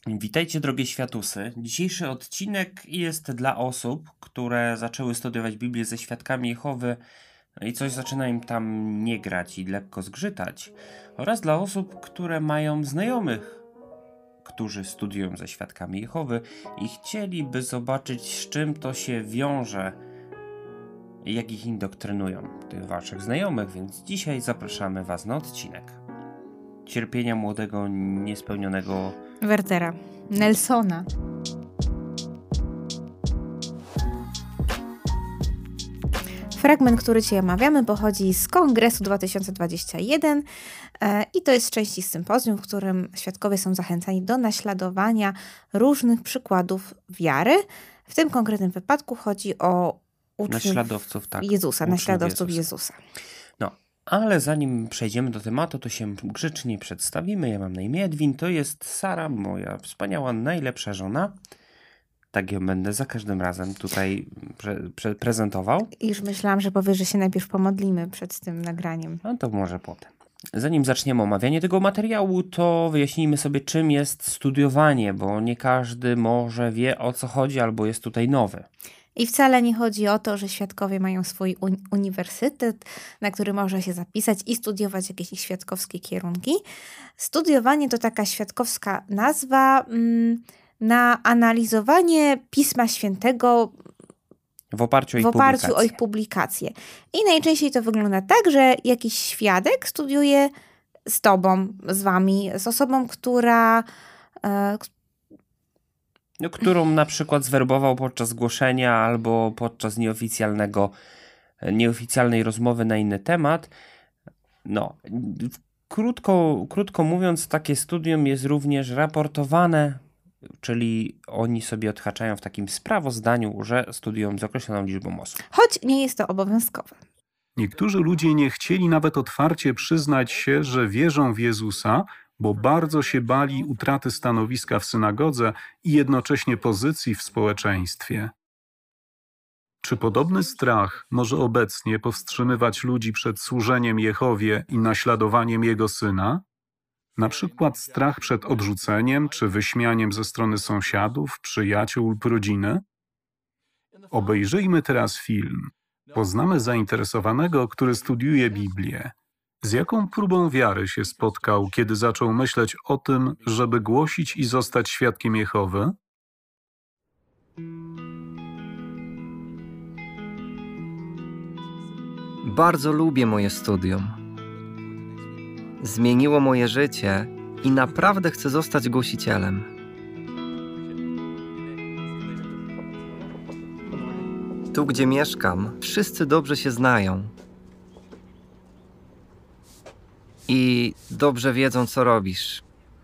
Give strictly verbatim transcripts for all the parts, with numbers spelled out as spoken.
Witajcie, drogie światusy. Dzisiejszy odcinek jest dla osób, które zaczęły studiować Biblię ze świadkami Jehowy i coś zaczyna im tam nie grać i lekko zgrzytać, oraz dla osób, które mają znajomych, którzy studiują ze świadkami Jehowy i chcieliby zobaczyć, z czym to się wiąże i jak ich indoktrynują, tych waszych znajomych, więc dzisiaj zapraszamy was na odcinek. Cierpienia młodego, niespełnionego Wertera, Nelsona. Fragment, który Ci omawiamy, pochodzi z Kongresu dwa tysiące dwudziestego pierwszego e, i to jest z części z sympozjum, w którym świadkowie są zachęcani do naśladowania różnych przykładów wiary. W tym konkretnym wypadku chodzi o uczniów naśladowców, tak, Jezusa, uczniów naśladowców Jezusa. Jezusa. No, ale zanim przejdziemy do tematu, to się grzecznie przedstawimy. Ja mam na imię Edwin, to jest Sara, moja wspaniała, najlepsza żona. Tak ją będę za każdym razem tutaj pre- pre- prezentował. Już myślałam, że powiesz, że się najpierw pomodlimy przed tym nagraniem. No to może potem. Zanim zaczniemy omawianie tego materiału, to wyjaśnijmy sobie, czym jest studiowanie, bo nie każdy może wie, o co chodzi, albo jest tutaj nowy. I wcale nie chodzi o to, że świadkowie mają swój uni- uniwersytet, na który można się zapisać i studiować jakieś ich świadkowskie kierunki. Studiowanie to taka świadkowska nazwa mm, na analizowanie Pisma Świętego W oparciu o ich w oparciu publikacje. o ich publikacje. I najczęściej to wygląda tak, że jakiś świadek studiuje z tobą, z wami, z osobą, która... E, No, którą na przykład zwerbował podczas głoszenia albo podczas nieoficjalnego, nieoficjalnej rozmowy na inny temat. No, krótko, krótko mówiąc, takie studium jest również raportowane, czyli oni sobie odhaczają w takim sprawozdaniu, że studiują z określoną liczbą osób. choć nie jest to obowiązkowe. Niektórzy ludzie nie chcieli nawet otwarcie przyznać się, że wierzą w Jezusa, bo bardzo się bali utraty stanowiska w synagodze i jednocześnie pozycji w społeczeństwie. Czy podobny strach może obecnie powstrzymywać ludzi przed służeniem Jehowie i naśladowaniem Jego Syna? Na przykład strach przed odrzuceniem czy wyśmianiem ze strony sąsiadów, przyjaciół lub rodziny? Obejrzyjmy teraz film. Poznamy zainteresowanego, który studiuje Biblię. Z jaką próbą wiary się spotkał, kiedy zaczął myśleć o tym, żeby głosić i zostać świadkiem Jehowy? Bardzo lubię moje studium. Zmieniło moje życie i naprawdę chcę zostać głosicielem. Tu, gdzie mieszkam, wszyscy dobrze się znają. I dobrze wiedzą, co robisz.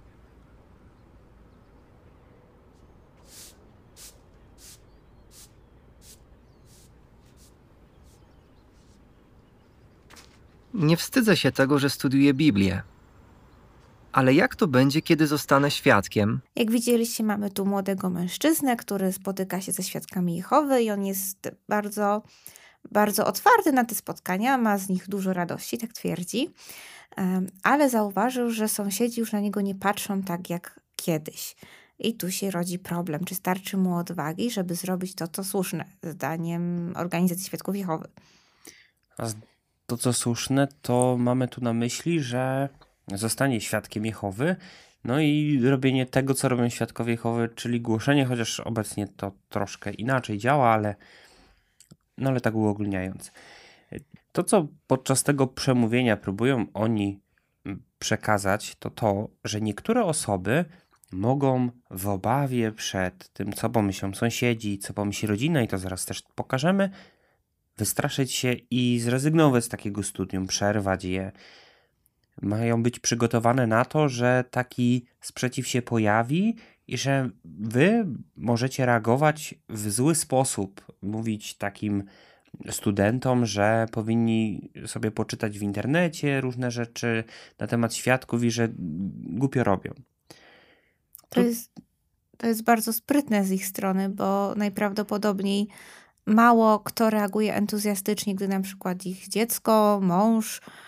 Nie wstydzę się tego, że studiuję Biblię. Ale jak to będzie, kiedy zostanę świadkiem? Jak widzieliście, mamy tu młodego mężczyznę, który spotyka się ze świadkami Jehowy i on jest bardzo, bardzo otwarty na te spotkania, ma z nich dużo radości, tak twierdzi, ale zauważył, że sąsiedzi już na niego nie patrzą tak jak kiedyś. I tu się rodzi problem, czy starczy mu odwagi, żeby zrobić to, co słuszne, zdaniem Organizacji Świadków Jehowy. A to, co słuszne, to mamy tu na myśli, że zostanie świadkiem Jehowy, no i robienie tego, co robią świadkowie Jehowy, czyli głoszenie, chociaż obecnie to troszkę inaczej działa, ale, no ale tak uogólniając. To, co podczas tego przemówienia próbują oni przekazać, to to, że niektóre osoby mogą w obawie przed tym, co pomyślą sąsiedzi, co pomyśli rodzina, i to zaraz też pokażemy, wystraszyć się i zrezygnować z takiego studium, przerwać je. Mają być przygotowane na to, że taki sprzeciw się pojawi i że wy możecie reagować w zły sposób, mówić takim studentom, że powinni sobie poczytać w internecie różne rzeczy na temat świadków i że głupio robią. To jest, to jest bardzo sprytne z ich strony, bo najprawdopodobniej mało kto reaguje entuzjastycznie, gdy na przykład ich dziecko, mąż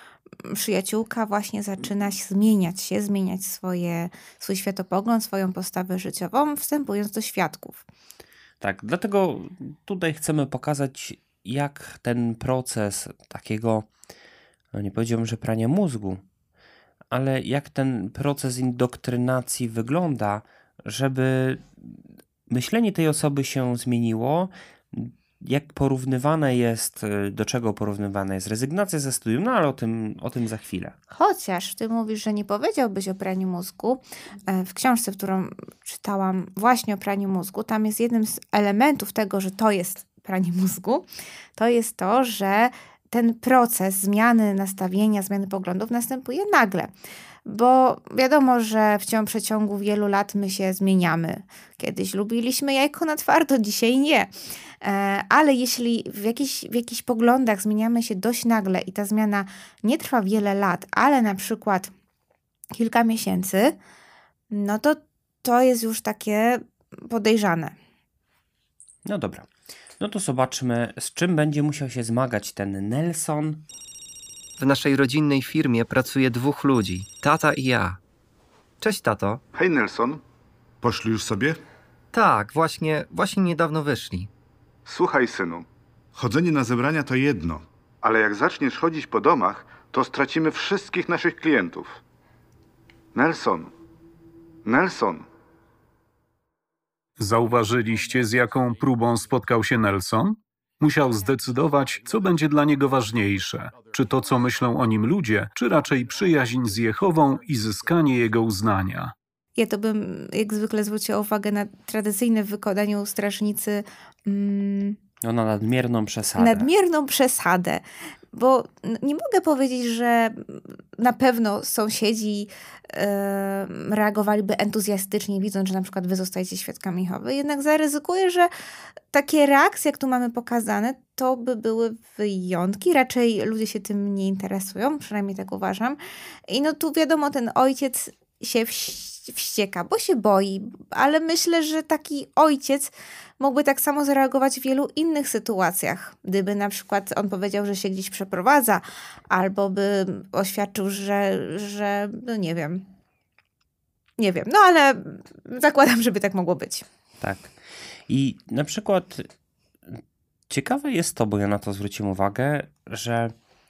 przyjaciółka właśnie zaczyna się zmieniać się, zmieniać swoje, swój światopogląd, swoją postawę życiową, wstępując do świadków. Tak, dlatego tutaj chcemy pokazać, jak ten proces takiego, no nie powiedziałbym, że prania mózgu, ale jak ten proces indoktrynacji wygląda, żeby myślenie tej osoby się zmieniło, jak porównywane jest, do czego porównywana jest rezygnacja ze studium, no ale o tym, o tym za chwilę. Chociaż ty mówisz, że nie powiedziałbyś o praniu mózgu, w książce, którą czytałam właśnie o praniu mózgu, tam jest jednym z elementów tego, że to jest pranie mózgu, to jest to, że ten proces zmiany nastawienia, zmiany poglądów następuje nagle. Bo wiadomo, że w ciągu przeciągu wielu lat my się zmieniamy. Kiedyś lubiliśmy jajko na twardo, dzisiaj nie. Ale jeśli w jakichś, w jakichś poglądach zmieniamy się dość nagle i ta zmiana nie trwa wiele lat, ale na przykład kilka miesięcy, no to to jest już takie podejrzane. No dobra. No to zobaczmy, z czym będzie musiał się zmagać ten Nelson. W naszej rodzinnej firmie pracuje dwóch ludzi, tata i ja. Cześć, tato. Hej, Nelson. Poszli już sobie? Tak, właśnie, właśnie niedawno wyszli. Słuchaj, synu. Chodzenie na zebrania to jedno, ale jak zaczniesz chodzić po domach, to stracimy wszystkich naszych klientów. Nelson. Nelson. Zauważyliście, z jaką próbą spotkał się Nelson? Musiał zdecydować, co będzie dla niego ważniejsze. Czy to, co myślą o nim ludzie, czy raczej przyjaźń z Jehową i zyskanie jego uznania. Ja to bym jak zwykle zwróciła uwagę na tradycyjne w wykonaniu strażnicy mm, No na nadmierną przesadę. nadmierną przesadę. Bo nie mogę powiedzieć, że na pewno sąsiedzi e, reagowaliby entuzjastycznie, widząc, że na przykład wy zostajecie świadkami Jehowy. Jednak zaryzykuję, że takie reakcje, jak tu mamy pokazane, to by były wyjątki. Raczej ludzie się tym nie interesują, przynajmniej tak uważam. I no tu wiadomo, ten ojciec się wś- wścieka, bo się boi, ale myślę, że taki ojciec mógłby tak samo zareagować w wielu innych sytuacjach. Gdyby na przykład on powiedział, że się gdzieś przeprowadza, albo by oświadczył, że, że no nie wiem, nie wiem, no ale zakładam, żeby tak mogło być. Tak. I na przykład ciekawe jest to, bo ja na to zwróciłem uwagę, że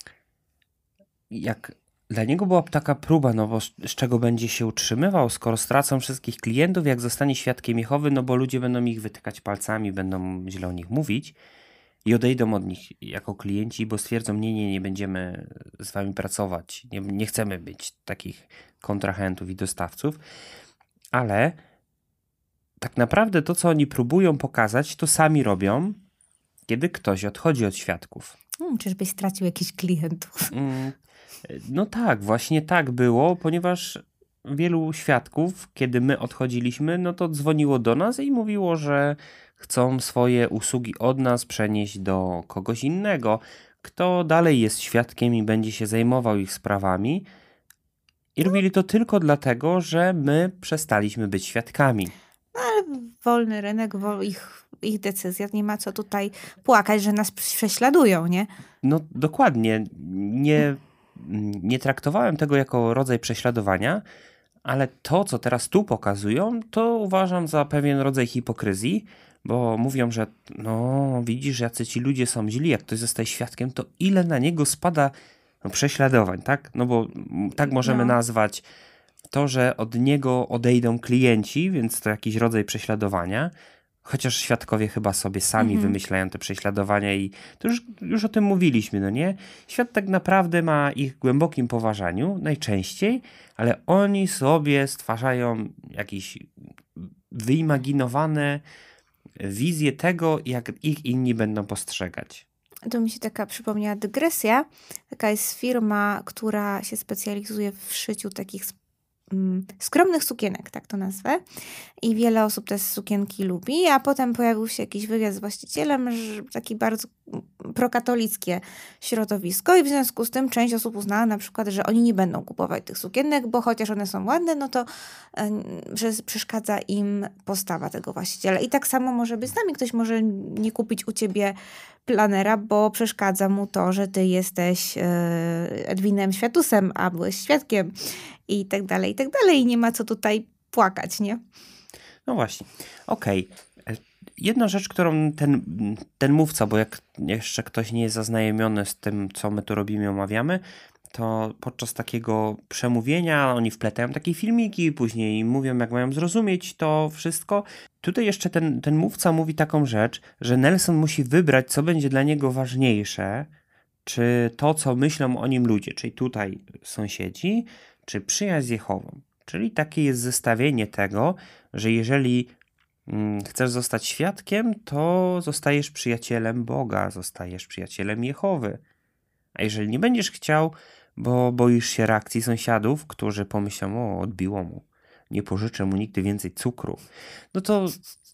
jak dla niego była taka próba, no bo z, z czego będzie się utrzymywał, skoro stracą wszystkich klientów, jak zostanie świadkiem Jehowy, no bo ludzie będą ich wytykać palcami, będą źle o nich mówić i odejdą od nich jako klienci, bo stwierdzą, nie, nie, nie będziemy z wami pracować, nie, nie chcemy być takich kontrahentów i dostawców, ale tak naprawdę to, co oni próbują pokazać, to sami robią, kiedy ktoś odchodzi od świadków. Hmm, czyżbyś stracił jakichś klientów? Mm, No tak, właśnie tak było, ponieważ wielu świadków, kiedy my odchodziliśmy, no to dzwoniło do nas i mówiło, że chcą swoje usługi od nas przenieść do kogoś innego, kto dalej jest świadkiem i będzie się zajmował ich sprawami. I robili to tylko dlatego, że my przestaliśmy być świadkami. Wolny rynek, wol, ich, ich decyzja, nie ma co tutaj płakać, że nas prześladują, nie? No dokładnie, nie, nie traktowałem tego jako rodzaj prześladowania, ale to, co teraz tu pokazują, to uważam za pewien rodzaj hipokryzji, bo mówią, że no widzisz, jacy ci ludzie są źli, jak ktoś zostaje świadkiem, to ile na niego spada no, prześladowań, tak? No bo tak możemy No. nazwać to, że od niego odejdą klienci, więc to jakiś rodzaj prześladowania, chociaż świadkowie chyba sobie sami Mhm. wymyślają te prześladowania i to już, już o tym mówiliśmy, no nie? Świat tak naprawdę ma ich w głębokim poważaniu, najczęściej, ale oni sobie stwarzają jakieś wyimaginowane wizje tego, jak ich inni będą postrzegać. Tu mi się taka przypomniała dygresja. Taka jest firma, która się specjalizuje w szyciu takich mm, skromnych sukienek, tak to nazwę. I wiele osób te sukienki lubi, a potem pojawił się jakiś wywiad z właścicielem, że taki bardzo prokatolickie środowisko i w związku z tym część osób uznała na przykład, że oni nie będą kupować tych sukienek, bo chociaż one są ładne, no to e, że przeszkadza im postawa tego właściciela. I tak samo może być z nami. Ktoś może nie kupić u ciebie planera, bo przeszkadza mu to, że ty jesteś e, Edwinem Światusem, a byłeś świadkiem i tak dalej, i tak dalej. I nie ma co tutaj płakać, nie? No właśnie. Okej. E, Jedna rzecz, którą ten, ten mówca, bo jak jeszcze ktoś nie jest zaznajomiony z tym, co my tu robimy, omawiamy, to podczas takiego przemówienia oni wpletają takie filmiki, później mówią, jak mają zrozumieć to wszystko. Tutaj jeszcze ten, ten mówca mówi taką rzecz, że Nelson musi wybrać, co będzie dla niego ważniejsze, czy to, co myślą o nim ludzie, czyli tutaj sąsiedzi, czy przyjaźń z Jehową. Czyli takie jest zestawienie tego, że jeżeli mm, chcesz zostać świadkiem, to zostajesz przyjacielem Boga, zostajesz przyjacielem Jehowy. A jeżeli nie będziesz chciał, bo boisz się reakcji sąsiadów, którzy pomyślą, o, odbiło mu, nie pożyczę mu nigdy więcej cukru, no to,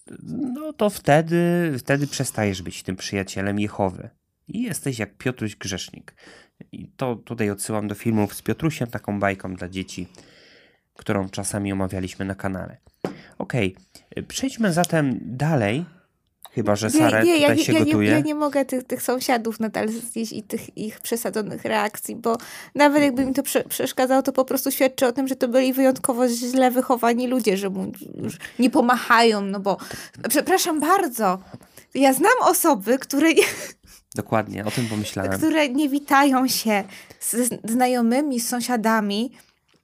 no to wtedy, wtedy przestajesz być tym przyjacielem Jehowy. I jesteś jak Piotruś Grzesznik. I to tutaj odsyłam do filmów z Piotrusiem, taką bajką dla dzieci, którą czasami omawialiśmy na kanale. Okej, przejdźmy zatem dalej. Chyba że Sara nie, nie, tutaj ja, się ja, gotuje. Ja, ja nie mogę tych, tych sąsiadów nadal zjeść i tych ich przesadzonych reakcji, bo nawet jakby mi to prze, przeszkadzało, to po prostu świadczy o tym, że to byli wyjątkowo źle wychowani ludzie, że mu już nie pomachają, no bo przepraszam bardzo, ja znam osoby, które, Dokładnie, o tym pomyślałem. które nie witają się z znajomymi, z sąsiadami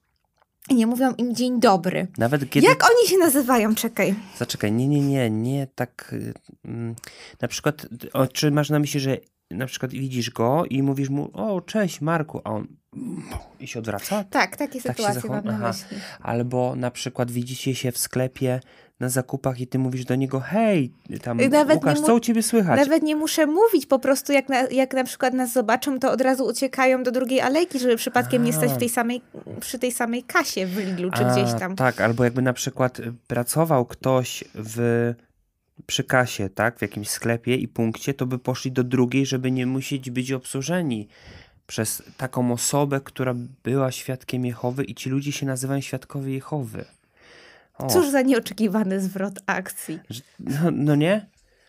i nie mówią im dzień dobry. Nawet kiedy... Jak oni się nazywają? Czekaj. Zaczekaj, nie, nie, nie, nie tak. Mm, na przykład, o, czy masz na myśli, że na przykład widzisz go i mówisz mu, o, cześć Marku, a on i się odwraca? Tak, takie Tak się sytuacje mam zachowa- na Aha. myśli. Albo na przykład widzicie się w sklepie na zakupach i ty mówisz do niego, hej, tam Nawet Łukasz, nie mu- co u ciebie słychać? Nawet nie muszę mówić, po prostu jak na, jak na przykład nas zobaczą, to od razu uciekają do drugiej alejki, żeby przypadkiem nie stać w tej samej, przy tej samej kasie w Lidlu czy A, gdzieś tam. Tak, albo jakby na przykład y, pracował ktoś w, przy kasie, tak, w jakimś sklepie i punkcie, to by poszli do drugiej, żeby nie musieć być obsłużeni przez taką osobę, która była świadkiem Jehowy i ci ludzie się nazywają świadkowie Jehowy. O, Cóż za nieoczekiwany zwrot akcji. że- no, no nie?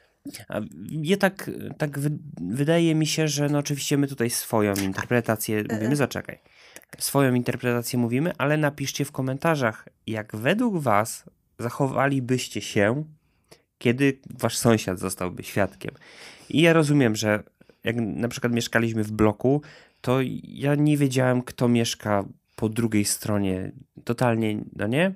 A je tak, tak wy, wydaje mi się, że no oczywiście my tutaj swoją interpretację mówimy, zaczekaj. Swoją interpretację mówimy, ale napiszcie w komentarzach, jak według was zachowalibyście się, kiedy wasz sąsiad zostałby świadkiem. I ja rozumiem, że jak na przykład mieszkaliśmy w bloku, to ja nie wiedziałem, kto mieszka po drugiej stronie. Totalnie, no nie?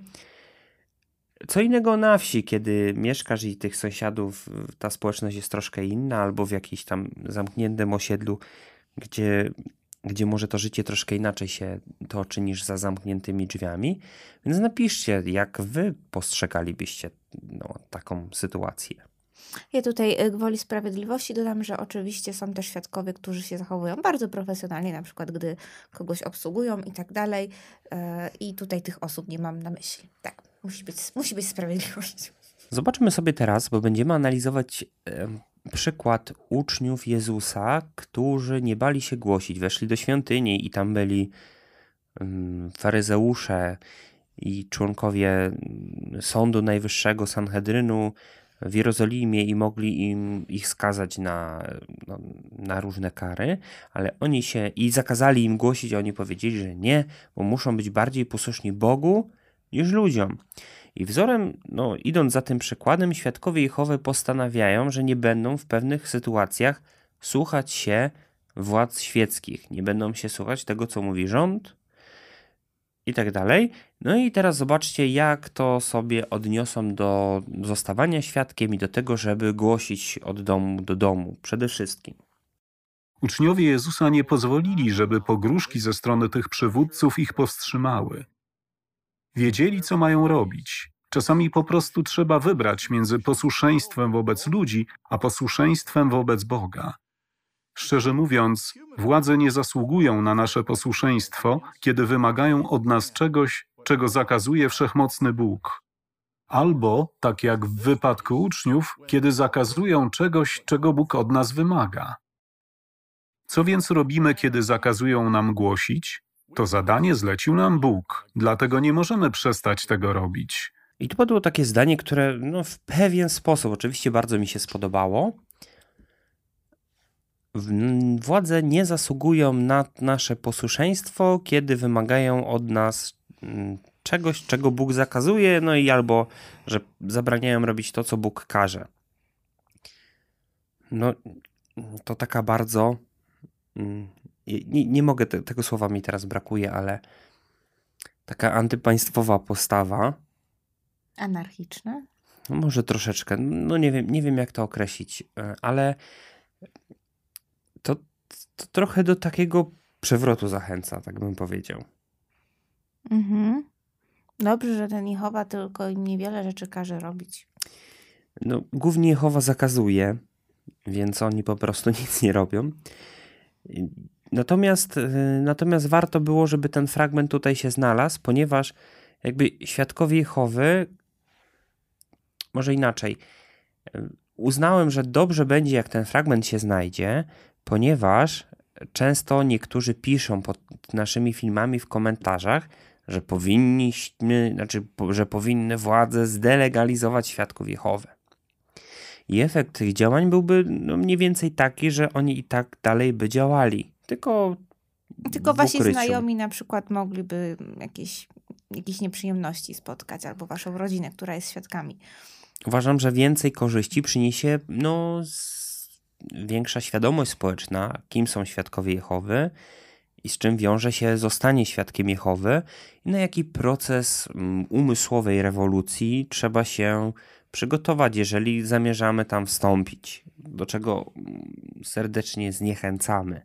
Co innego na wsi, kiedy mieszkasz i tych sąsiadów, ta społeczność jest troszkę inna, albo w jakimś tam zamkniętym osiedlu, gdzie, gdzie może to życie troszkę inaczej się toczy niż za zamkniętymi drzwiami. Więc napiszcie, jak wy postrzegalibyście no, taką sytuację. Ja tutaj y, gwoli sprawiedliwości dodam, że oczywiście są też świadkowie, którzy się zachowują bardzo profesjonalnie, na przykład gdy kogoś obsługują i tak dalej. y, I tutaj tych osób nie mam na myśli. Tak, musi być, musi być sprawiedliwość. Zobaczmy sobie teraz, bo będziemy analizować em, przykład uczniów Jezusa, którzy nie bali się głosić. Weszli do świątyni i tam byli em, faryzeusze i członkowie mm, Sądu Najwyższego, Sanhedrynu w Jerozolimie i mogli im ich skazać na, no, na różne kary, ale oni się i zakazali im głosić, a oni powiedzieli, że nie, bo muszą być bardziej posłuszni Bogu niż ludziom. I wzorem, no, idąc za tym przykładem, świadkowie Jehowy postanawiają, że nie będą w pewnych sytuacjach słuchać się władz świeckich. Nie będą się słuchać tego, co mówi rząd i tak dalej. No i teraz zobaczcie, jak to sobie odniosą do zostawania świadkiem i do tego, żeby głosić od domu do domu przede wszystkim. Uczniowie Jezusa nie pozwolili, żeby pogróżki ze strony tych przywódców ich powstrzymały. Wiedzieli, co mają robić. Czasami po prostu trzeba wybrać między posłuszeństwem wobec ludzi, a posłuszeństwem wobec Boga. Szczerze mówiąc, władze nie zasługują na nasze posłuszeństwo, kiedy wymagają od nas czegoś, czego zakazuje wszechmocny Bóg. Albo, tak jak w wypadku uczniów, kiedy zakazują czegoś, czego Bóg od nas wymaga. Co więc robimy, kiedy zakazują nam głosić? To zadanie zlecił nam Bóg, dlatego nie możemy przestać tego robić. I tu padło takie zdanie, które no, w pewien sposób oczywiście bardzo mi się spodobało. W- Władze nie zasługują na nasze posłuszeństwo, kiedy wymagają od nas mm, czegoś, czego Bóg zakazuje, no i albo, że zabraniają robić to, co Bóg każe. No, to taka bardzo... mm, Nie, nie mogę, te, tego słowa mi teraz brakuje, ale taka antypaństwowa postawa. Anarchiczne? No może troszeczkę, no nie wiem, nie wiem jak to określić, e, ale to, to trochę do takiego przewrotu zachęca, tak bym powiedział. Mhm. Dobrze, że ten Jehowa tylko im niewiele rzeczy każe robić. No, głównie Jehowa zakazuje, więc oni po prostu nic nie robią. I- Natomiast, e, natomiast warto było, żeby ten fragment tutaj się znalazł, ponieważ jakby świadkowie Jehowy, może inaczej, e, uznałem, że dobrze będzie, jak ten fragment się znajdzie, ponieważ często niektórzy piszą pod naszymi filmami w komentarzach, że powinniśmy, znaczy, po- że powinny władze zdelegalizować świadków Jehowy. I efekt tych działań byłby no, mniej więcej taki, że oni i tak dalej by działali. Tylko Tylko w wasi ukryciu. znajomi na przykład mogliby jakieś, jakieś nieprzyjemności spotkać, albo waszą rodzinę, która jest świadkami. Uważam, że więcej korzyści przyniesie no, z... większa świadomość społeczna, kim są świadkowie Jehowy i z czym wiąże się zostanie świadkiem Jehowy i na jaki proces mm, umysłowej rewolucji trzeba się przygotować, jeżeli zamierzamy tam wstąpić, do czego mm, serdecznie zniechęcamy.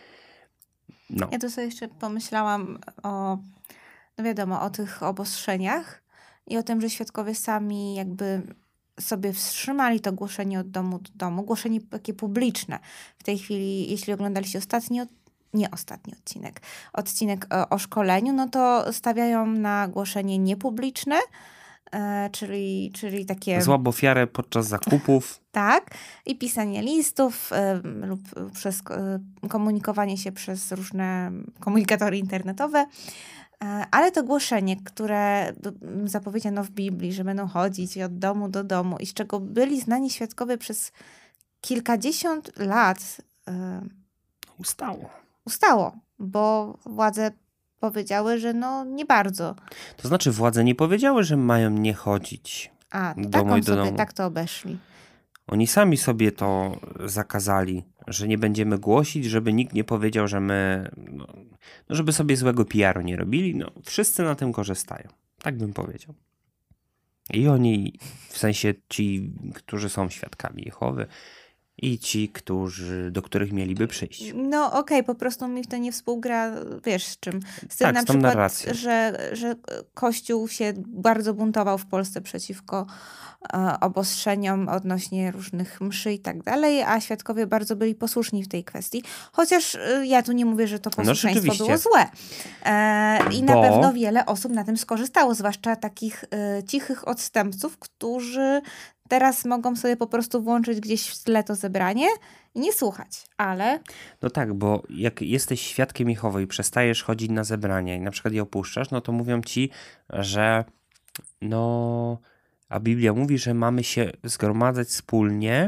No. Ja tu sobie jeszcze pomyślałam o, no wiadomo, o tych obostrzeniach i o tym, że świadkowie sami jakby sobie wstrzymali to głoszenie od domu do domu, głoszenie takie publiczne. W tej chwili, jeśli oglądaliście ostatni, od- nie ostatni odcinek, odcinek o, o szkoleniu, no to stawiają na głoszenie niepubliczne, e, czyli, czyli takie... Złap ofiarę podczas zakupów. Tak, i pisanie listów ym, lub y, przez y, komunikowanie się przez różne komunikatory internetowe, E, ale to głoszenie, które b- m, zapowiedziano w Biblii, że będą chodzić od domu do domu i z czego byli znani świadkowie przez kilkadziesiąt lat, y, Ustało. ustało, bo władze powiedziały, że no nie bardzo. To znaczy władze nie powiedziały, że mają nie chodzić. A, Do tak, domu i do sobie, domu. tak to obeszli. Oni sami sobie to zakazali, że nie będziemy głosić, żeby nikt nie powiedział, że my, no, no żeby sobie złego P R u nie robili. No, wszyscy na tym korzystają. Tak bym powiedział. I oni, w sensie ci, którzy są świadkami Jehowy i ci, którzy, do których mieliby przyjść. No okej, po prostu mi w to nie współgra, wiesz z czym? Z tym Tak, na z tą przykład, narracją. że, że Kościół się bardzo buntował w Polsce przeciwko e, obostrzeniom odnośnie różnych mszy i tak dalej, a świadkowie bardzo byli posłuszni w tej kwestii. Chociaż e, ja tu nie mówię, że to posłuszeństwo rzeczywiście. było złe. E, I na Bo- pewno wiele osób na tym skorzystało, zwłaszcza takich e, cichych odstępców, którzy teraz mogą sobie po prostu włączyć gdzieś w tle to zebranie i nie słuchać. Ale No tak, bo jak jesteś świadkiem Jehowy i przestajesz chodzić na zebrania i na przykład je opuszczasz, no to mówią ci, że no, a Biblia mówi, że mamy się zgromadzać wspólnie,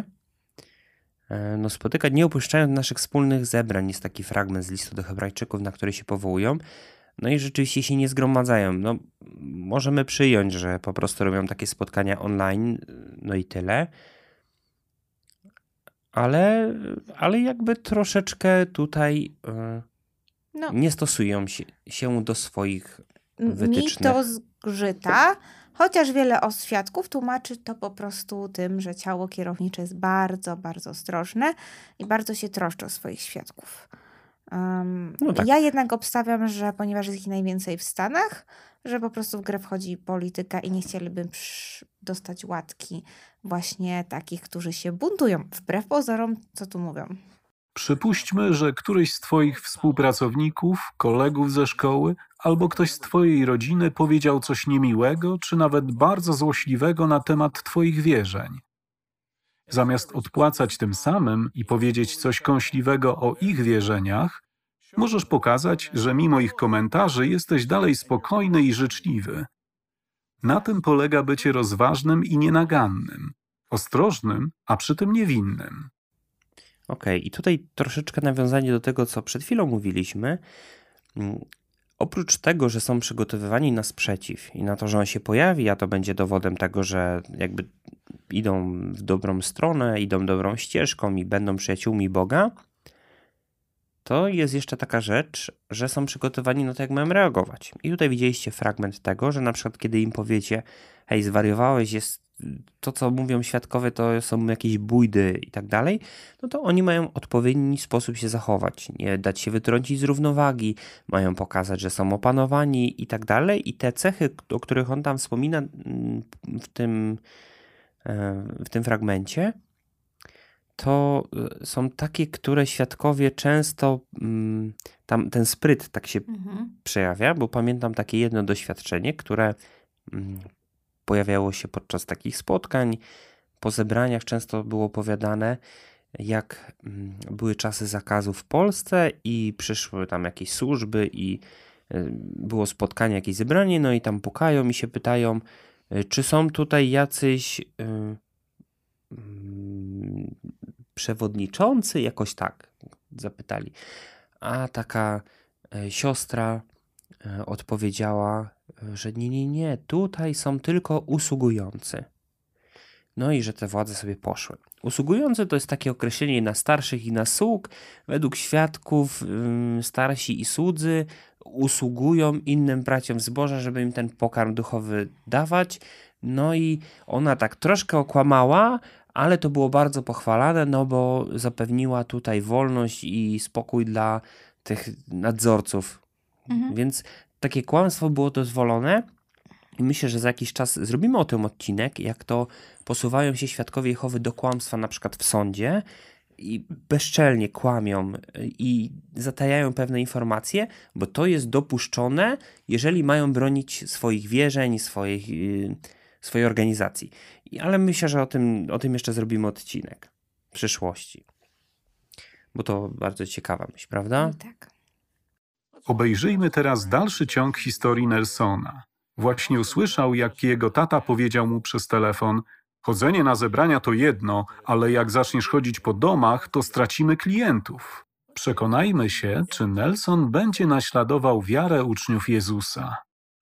e, no spotykać, nie opuszczając naszych wspólnych zebrań. Jest taki fragment z listu do Hebrajczyków, na który się powołują. No i rzeczywiście się nie zgromadzają. No, możemy przyjąć, że po prostu robią takie spotkania online, no i tyle. Ale, ale jakby troszeczkę tutaj e, no, nie stosują się, się do swoich M- Mi wytycznych. to zgrzyta, chociaż wiele os- świadków tłumaczy to po prostu tym, że ciało kierownicze jest bardzo, bardzo ostrożne i bardzo się troszczy o swoich świadków. Um, No tak. Ja jednak obstawiam, że ponieważ jest ich najwięcej w Stanach, że po prostu w grę wchodzi polityka i nie chcieliby przy- dostać łatki właśnie takich, którzy się buntują. Wbrew pozorom, co tu mówią. Przypuśćmy, że któryś z Twoich współpracowników, kolegów ze szkoły albo ktoś z Twojej rodziny powiedział coś niemiłego czy nawet bardzo złośliwego na temat Twoich wierzeń. Zamiast odpłacać tym samym i powiedzieć coś kąśliwego o ich wierzeniach, możesz pokazać, że mimo ich komentarzy jesteś dalej spokojny i życzliwy. Na tym polega bycie rozważnym i nienagannym, ostrożnym, a przy tym niewinnym. Okej, okay. I tutaj troszeczkę nawiązanie do tego, co przed chwilą mówiliśmy. Oprócz tego, że są przygotowywani na sprzeciw i na to, że on się pojawi, a to będzie dowodem tego, że jakby idą w dobrą stronę, idą dobrą ścieżką i będą przyjaciółmi Boga, to jest jeszcze taka rzecz, że są przygotowani na to, jak mają reagować. I tutaj widzieliście fragment tego, że na przykład kiedy im powiecie, hej, zwariowałeś, jest to, co mówią świadkowie, to są jakieś bójdy i tak dalej, no to oni mają odpowiedni sposób się zachować, nie dać się wytrącić z równowagi, mają pokazać, że są opanowani i tak dalej. I te cechy, o których on tam wspomina w tym, w tym fragmencie, to są takie, które świadkowie często, tam ten spryt tak się mhm. przejawia, bo pamiętam takie jedno doświadczenie, które pojawiało się podczas takich spotkań, po zebraniach często było opowiadane, jak były czasy zakazu w Polsce i przyszły tam jakieś służby i było spotkanie, jakieś zebranie, no i tam pukają i się pytają, czy są tutaj jacyś przewodniczący, jakoś tak zapytali. A taka siostra odpowiedziała, że nie, nie, nie, tutaj są tylko usługujący. No i że te władze sobie poszły. Usługujący to jest takie określenie na starszych i na sług. Według świadków yy, starsi i słudzy usługują innym braciom zboża, żeby im ten pokarm duchowy dawać. No i ona tak troszkę okłamała, ale to było bardzo pochwalane, no bo zapewniła tutaj wolność i spokój dla tych nadzorców. Mhm. Więc takie kłamstwo było dozwolone i myślę, że za jakiś czas zrobimy o tym odcinek, jak to posuwają się świadkowie Jehowy do kłamstwa na przykład w sądzie i bezczelnie kłamią i zatajają pewne informacje, bo to jest dopuszczone, jeżeli mają bronić swoich wierzeń, swoich, yy, swojej organizacji. Ale myślę, że o tym, o tym jeszcze zrobimy odcinek w przyszłości, bo to bardzo ciekawa myśl, prawda? No tak. Obejrzyjmy teraz dalszy ciąg historii Nelsona. Właśnie usłyszał, jak jego tata powiedział mu przez telefon: chodzenie na zebrania to jedno, ale jak zaczniesz chodzić po domach, to stracimy klientów. Przekonajmy się, czy Nelson będzie naśladował wiarę uczniów Jezusa.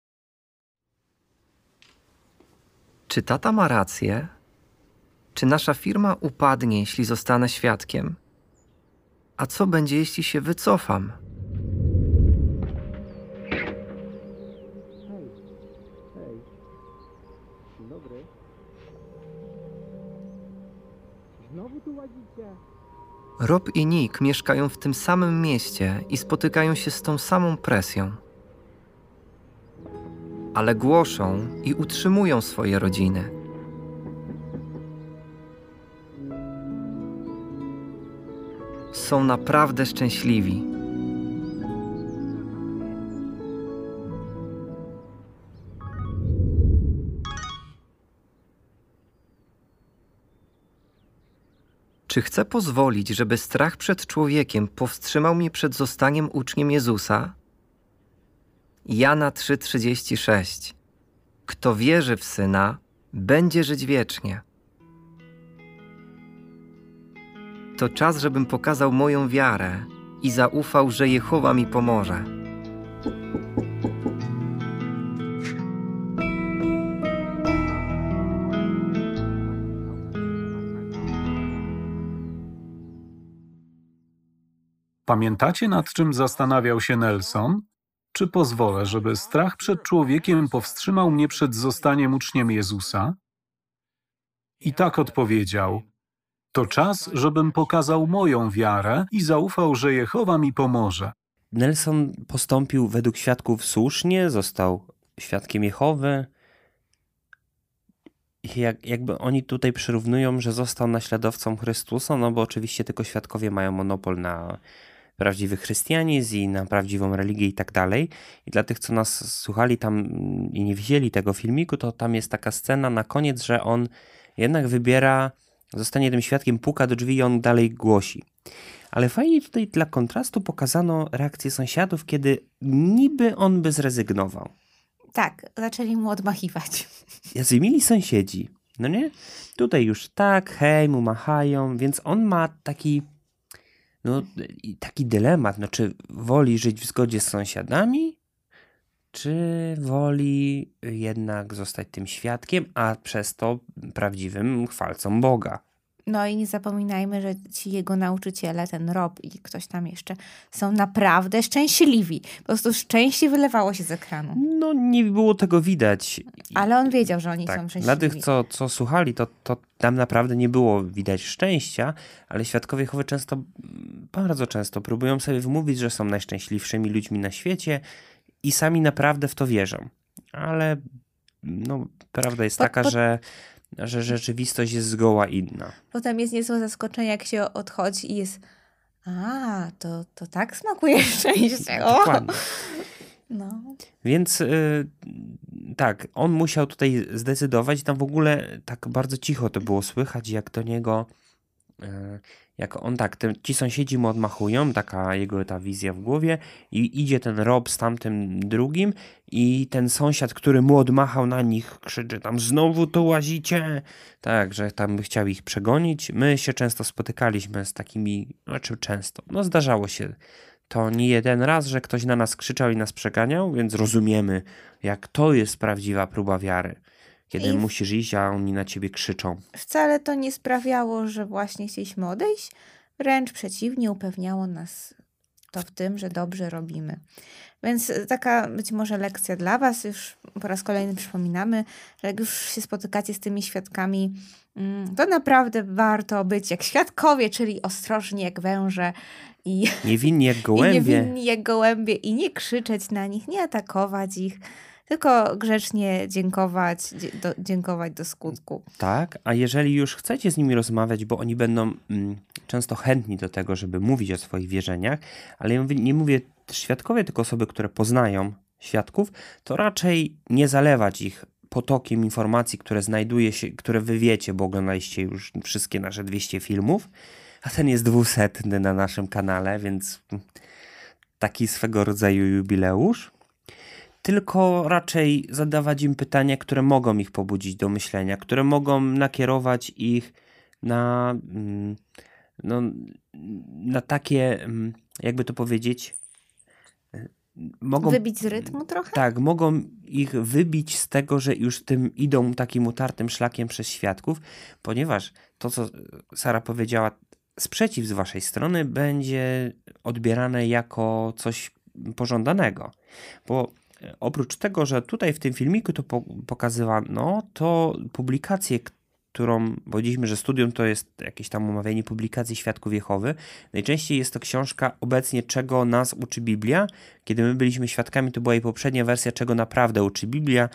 Czy tata ma rację? Czy nasza firma upadnie, jeśli zostanę świadkiem? A co będzie, jeśli się wycofam? Rob i Nick mieszkają w tym samym mieście i spotykają się z tą samą presją. Ale głoszą i utrzymują swoje rodziny. Są naprawdę szczęśliwi. Czy chcę pozwolić, żeby strach przed człowiekiem powstrzymał mnie przed zostaniem uczniem Jezusa? Jana trzy trzydzieści sześć. Kto wierzy w Syna, będzie żyć wiecznie. To czas, żebym pokazał moją wiarę i zaufał, że Jehowa mi pomoże. Pamiętacie, nad czym zastanawiał się Nelson? Czy pozwolę, żeby strach przed człowiekiem powstrzymał mnie przed zostaniem uczniem Jezusa? I tak odpowiedział: to czas, żebym pokazał moją wiarę i zaufał, że Jehowa mi pomoże. Nelson postąpił według świadków słusznie, został świadkiem Jehowy jak, jakby oni tutaj przyrównują, że został naśladowcą Chrystusa, no bo oczywiście tylko świadkowie mają monopol na prawdziwy chrystianizm i na prawdziwą religię i tak dalej. I dla tych, co nas słuchali tam i nie widzieli tego filmiku, to tam jest taka scena na koniec, że on jednak wybiera, zostanie tym świadkiem, puka do drzwi i on dalej głosi. Ale fajnie tutaj dla kontrastu pokazano reakcję sąsiadów, kiedy niby on by zrezygnował. Tak, zaczęli mu odmachiwać. Jacy mili sąsiedzi, no nie? Tutaj już tak, hej, mu machają, więc on ma taki, no, taki dylemat, no czy woli żyć w zgodzie z sąsiadami, czy woli jednak zostać tym świadkiem, a przez to prawdziwym chwalcą Boga. No i nie zapominajmy, że ci jego nauczyciele, ten Rob i ktoś tam jeszcze, są naprawdę szczęśliwi. Po prostu szczęście wylewało się z ekranu. No nie było tego widać. Ale on wiedział, że oni Tak, są szczęśliwi. dla tych, co, co słuchali, to, to tam naprawdę nie było widać szczęścia, ale świadkowie Jehowy często, bardzo często próbują sobie wmówić, że są najszczęśliwszymi ludźmi na świecie i sami naprawdę w to wierzą. Ale no, prawda jest Po- taka, po- że że rzeczywistość jest zgoła inna. Potem jest niezłe zaskoczenie, jak się odchodzi i jest a, to, to tak smakuje szczęście. O! Dokładnie. No. Więc y, tak, on musiał tutaj zdecydować. Tam w ogóle tak bardzo cicho to było słychać, jak do niego, y, jak on tak, te, ci sąsiedzi mu odmachują, taka jego ta wizja w głowie i idzie ten Rob z tamtym drugim i ten sąsiad, który mu odmachał na nich, krzyczy tam znowu tu łazicie. Tak, że tam chciał ich przegonić. My się często spotykaliśmy z takimi, znaczy często, no zdarzało się to nie jeden raz, że ktoś na nas krzyczał i nas przeganiał, więc rozumiemy, jak to jest prawdziwa próba wiary. Kiedy I w- musisz iść, a oni na ciebie krzyczą. Wcale to nie sprawiało, że właśnie chcieliśmy odejść. Wręcz przeciwnie, upewniało nas to w tym, że dobrze robimy. Więc taka być może lekcja dla was, już po raz kolejny przypominamy, że jak już się spotykacie z tymi świadkami, mm, to naprawdę warto być jak świadkowie, czyli ostrożni jak węże i, Niewinni jak i gołębie. niewinni jak gołębie i nie krzyczeć na nich, nie atakować ich, tylko grzecznie dziękować, dzie- do, dziękować do skutku. Tak, a jeżeli już chcecie z nimi rozmawiać, bo oni będą mm, często chętni do tego, żeby mówić o swoich wierzeniach, ale ja mówię, nie mówię świadkowie, tylko osoby, które poznają świadków, to raczej nie zalewać ich potokiem informacji, które znajduje się, które wy wiecie, bo oglądaliście już wszystkie nasze dwieście filmów, a ten jest dwusetny na naszym kanale, więc taki swego rodzaju jubileusz. Tylko raczej zadawać im pytania, które mogą ich pobudzić do myślenia, które mogą nakierować ich na, mm, no, na takie, mm, jakby to powiedzieć, y, mogą, Wybić z rytmu trochę? tak, mogą ich wybić z tego, że już tym idą takim utartym szlakiem przez świadków, ponieważ to, co Sara powiedziała, sprzeciw z waszej strony będzie odbierane jako coś pożądanego, bo oprócz tego, że tutaj w tym filmiku to po- pokazywano, to publikację, którą powiedzieliśmy, że studium to jest jakieś tam omawianie publikacji Świadków Jehowy. Najczęściej jest to książka obecnie Czego nas uczy Biblia. Kiedy my byliśmy świadkami, to była jej poprzednia wersja Czego naprawdę uczy Biblia.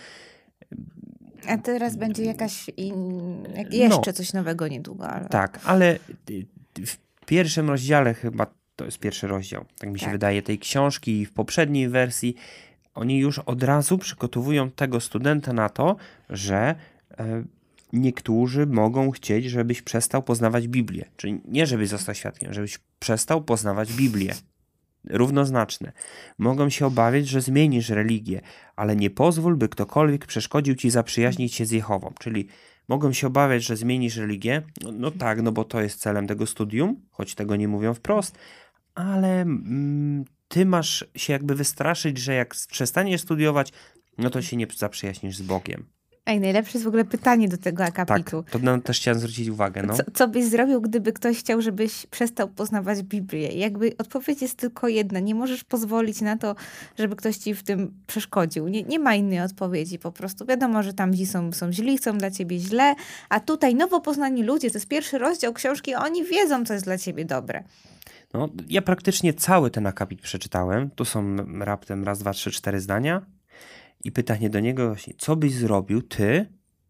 A teraz będzie jakaś in... jak jeszcze No. coś nowego niedługo. Ale... Tak, ale y, w pierwszym rozdziale chyba, to jest pierwszy rozdział, tak mi się Tak. wydaje, tej książki i w poprzedniej wersji oni już od razu przygotowują tego studenta na to, że e, niektórzy mogą chcieć, żebyś przestał poznawać Biblię. Czyli nie, żebyś został świadkiem, żebyś przestał poznawać Biblię. Równoznaczne. Mogą się obawiać, że zmienisz religię, ale nie pozwól, by ktokolwiek przeszkodził ci zaprzyjaźnić się z Jehową. Czyli mogą się obawiać, że zmienisz religię. No, no tak, no bo to jest celem tego studium, choć tego nie mówią wprost, ale mm, ty masz się jakby wystraszyć, że jak przestaniesz studiować, no to się nie zaprzyjaźnisz z Bogiem. Ej, najlepsze jest w ogóle pytanie do tego Tak, akapitu. to na- też chciałem zwrócić uwagę. No. Co, co byś zrobił, gdyby ktoś chciał, żebyś przestał poznawać Biblię? Jakby odpowiedź jest tylko jedna. Nie możesz pozwolić na to, żeby ktoś ci w tym przeszkodził. Nie, nie ma innej odpowiedzi po prostu. Wiadomo, że tam ci są, są źli, chcą dla ciebie źle, a tutaj nowo poznani ludzie, to jest pierwszy rozdział książki, oni wiedzą, co jest dla ciebie dobre. No, ja praktycznie cały ten akapit przeczytałem. Tu są raptem raz, dwa, trzy, cztery zdania. I pytanie do niego właśnie, co byś zrobił ty,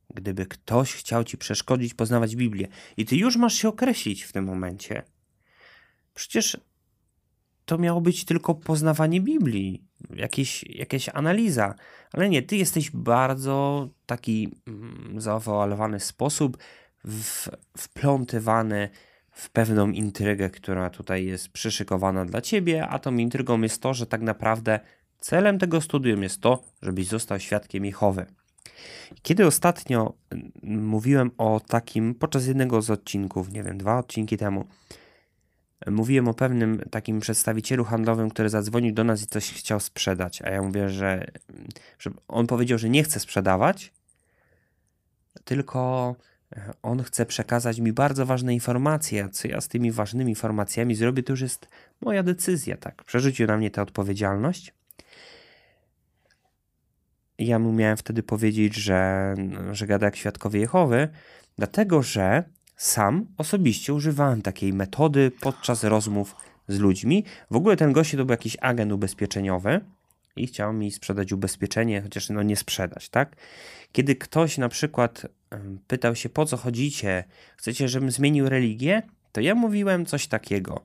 gdyby ktoś chciał ci przeszkodzić poznawać Biblię i ty już masz się określić w tym momencie, przecież to miało być tylko poznawanie Biblii, jakieś, jakaś analiza, ale nie, ty jesteś bardzo taki mm, zaowalowany sposób, w, wplątywany w pewną intrygę, która tutaj jest przyszykowana dla ciebie, a tą intrygą jest to, że tak naprawdę celem tego studium jest to, żebyś został świadkiem Jehowy. Kiedy ostatnio mówiłem o takim, podczas jednego z odcinków, nie wiem, dwa odcinki temu, mówiłem o pewnym takim przedstawicielu handlowym, który zadzwonił do nas i coś chciał sprzedać, a ja mówię, że, że on powiedział, że nie chce sprzedawać, tylko on chce przekazać mi bardzo ważne informacje, a co ja z tymi ważnymi informacjami zrobię, to już jest moja decyzja, tak. Przerzucił na mnie tę odpowiedzialność. Ja mu miałem wtedy powiedzieć, że, że gada jak świadkowie Jehowy, dlatego że sam osobiście używałem takiej metody podczas rozmów z ludźmi. W ogóle ten gość to był jakiś agent ubezpieczeniowy i chciał mi sprzedać ubezpieczenie, chociaż no nie sprzedać, tak? Kiedy ktoś na przykład pytał się, po co chodzicie, chcecie, żebym zmienił religię, to ja mówiłem coś takiego.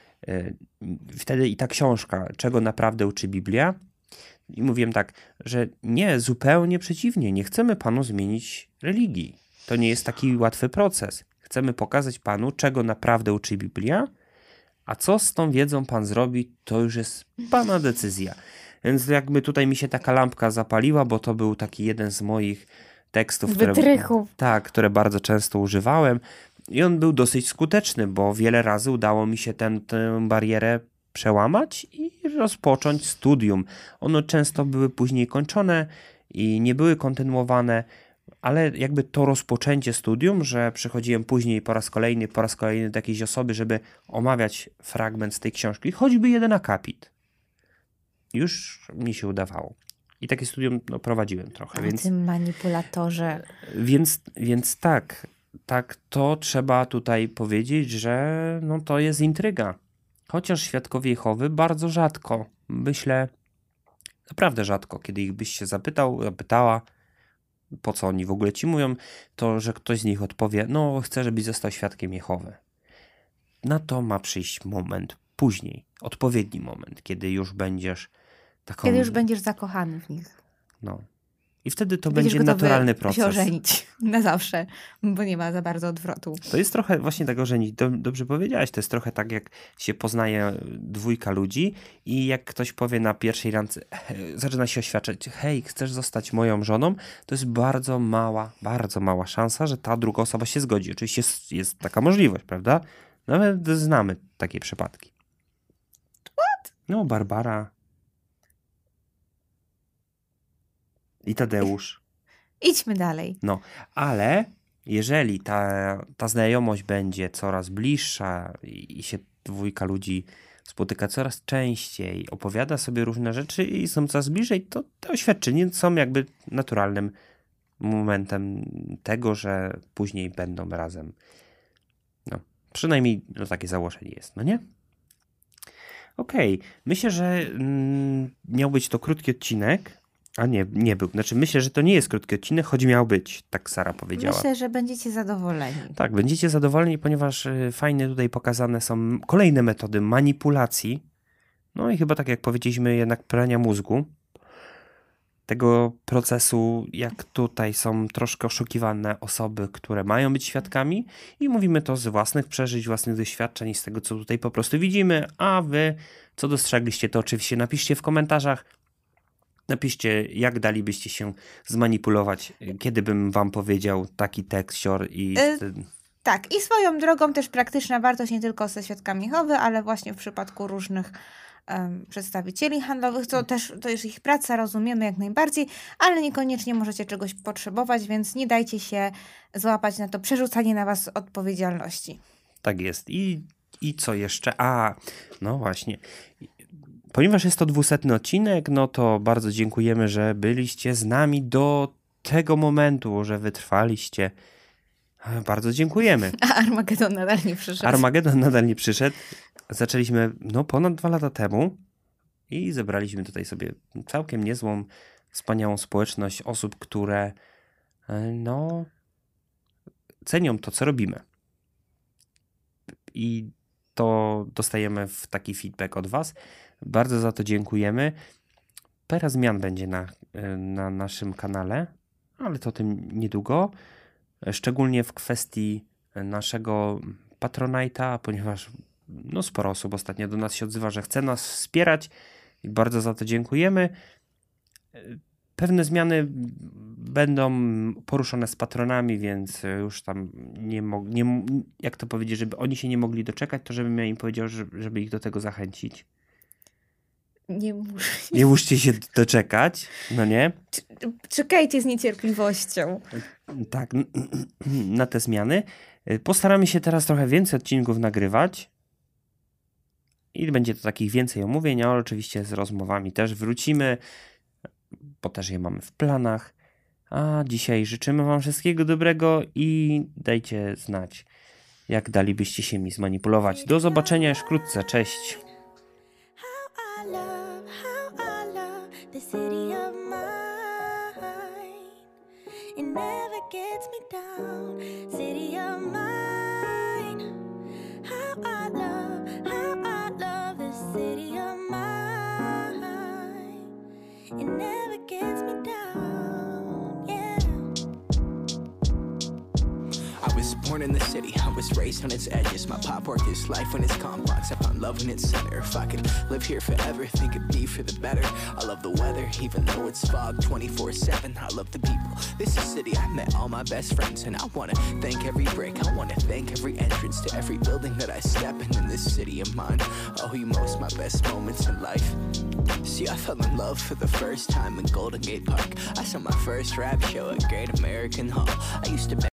Wtedy i ta książka, czego naprawdę uczy Biblia, i mówiłem tak, że nie, zupełnie przeciwnie, nie chcemy Panu zmienić religii. To nie jest taki łatwy proces. Chcemy pokazać Panu, czego naprawdę uczy Biblia, a co z tą wiedzą Pan zrobi, to już jest Pana decyzja. Więc jakby tutaj mi się taka lampka zapaliła, bo to był taki jeden z moich tekstów, które, tak, które bardzo często używałem i on był dosyć skuteczny, bo wiele razy udało mi się ten, tę barierę przełamać i rozpocząć studium. One często były później kończone i nie były kontynuowane, ale jakby to rozpoczęcie studium, że przychodziłem później po raz kolejny, po raz kolejny do jakiejś osoby, żeby omawiać fragment z tej książki, choćby jeden akapit. Już mi się udawało. I takie studium no, prowadziłem trochę. O więc, tym manipulatorze. Więc, więc tak, tak, to trzeba tutaj powiedzieć, że no, to jest intryga. Chociaż świadkowie Jehowy bardzo rzadko, myślę, naprawdę rzadko, kiedy ich byś się zapytał, zapytała, po co oni w ogóle ci mówią, to że ktoś z nich odpowie, no chcę, żebyś został świadkiem Jehowy. Na to ma przyjść moment później, odpowiedni moment, kiedy już będziesz taką... Kiedy już będziesz zakochany w nich. No. I wtedy to Będziesz będzie gotowy naturalny się proces. ożenić na zawsze, bo nie ma za bardzo odwrotu. To jest trochę właśnie tak ożenić. Dobrze powiedziałaś, to jest trochę tak, jak się poznaje dwójka ludzi i jak ktoś powie na pierwszej randce, zaczyna się oświadczać, hej, chcesz zostać moją żoną? To jest bardzo mała, bardzo mała szansa, że ta druga osoba się zgodzi. Oczywiście jest, jest taka możliwość, prawda? Nawet znamy takie przypadki. What? No, Barbara i Tadeusz. Idźmy dalej. No, ale jeżeli ta, ta znajomość będzie coraz bliższa i, i się dwójka ludzi spotyka coraz częściej, opowiada sobie różne rzeczy i są coraz bliżej, to te oświadczenia są jakby naturalnym momentem tego, że później będą razem. No, przynajmniej no, takie założenie jest, no nie? Okej, okay. Myślę, że mm, miał być to krótki odcinek. A nie, nie był. Znaczy myślę, że to nie jest krótki odcinek, choć miał być, tak Sara powiedziała. Myślę, że będziecie zadowoleni. Tak, będziecie zadowoleni, ponieważ fajnie tutaj pokazane są kolejne metody manipulacji. No i chyba tak jak powiedzieliśmy, jednak prania mózgu. Tego procesu, jak tutaj są troszkę oszukiwane osoby, które mają być świadkami i mówimy to z własnych przeżyć, własnych doświadczeń i z tego, co tutaj po prostu widzimy, a wy, co dostrzegliście, to oczywiście napiszcie w komentarzach. Napiszcie, jak dalibyście się zmanipulować, kiedy bym wam powiedział taki tekścior i... Y tak, i swoją drogą też praktyczna wartość nie tylko ze świadkami Jehowy, ale właśnie w przypadku różnych um, przedstawicieli handlowych, to też to jest ich praca, rozumiemy jak najbardziej, ale niekoniecznie możecie czegoś potrzebować, więc nie dajcie się złapać na to przerzucanie na was odpowiedzialności. Tak jest. I, i co jeszcze? A, no właśnie... Ponieważ jest to dwusetny odcinek, no to bardzo dziękujemy, że byliście z nami do tego momentu, że wytrwaliście. Bardzo dziękujemy. A Armagedon nadal nie przyszedł. Armagedon nadal nie przyszedł. Zaczęliśmy no ponad dwa lata temu i zebraliśmy tutaj sobie całkiem niezłą, wspaniałą społeczność osób, które no, cenią to, co robimy. I to dostajemy w taki feedback od was. Bardzo za to dziękujemy. Parę zmian będzie na, na naszym kanale, ale to o tym niedługo. Szczególnie w kwestii naszego Patronite'a, ponieważ no, sporo osób ostatnio do nas się odzywa, że chce nas wspierać i bardzo za to dziękujemy. Pewne zmiany będą poruszone z patronami, więc już tam nie mogli, jak to powiedzieć, żeby oni się nie mogli doczekać, to żebym ja im powiedział, żeby ich do tego zachęcić. Nie muszę. Nie musicie się doczekać, no nie? Czekajcie z niecierpliwością. Tak, na te zmiany. Postaramy się teraz trochę więcej odcinków nagrywać. I będzie to takich więcej omówień, ale oczywiście z rozmowami też wrócimy, bo też je mamy w planach. A dzisiaj życzymy wam wszystkiego dobrego i dajcie znać, jak dalibyście się mi zmanipulować. Do zobaczenia już wkrótce. Cześć. Born in the city, I was raised on its edges. My pop worked his life when it's complex. I found love in its center. If I could live here forever, think it'd be for the better. I love the weather, even though it's fog twenty-four seven. I love the people. This is the city I met all my best friends, and I wanna thank every brick. I wanna thank every entrance to every building that I step in in this city of mine. I owe you most my best moments in life. See, I fell in love for the first time in Golden Gate Park. I saw my first rap show at Great American Hall. I used to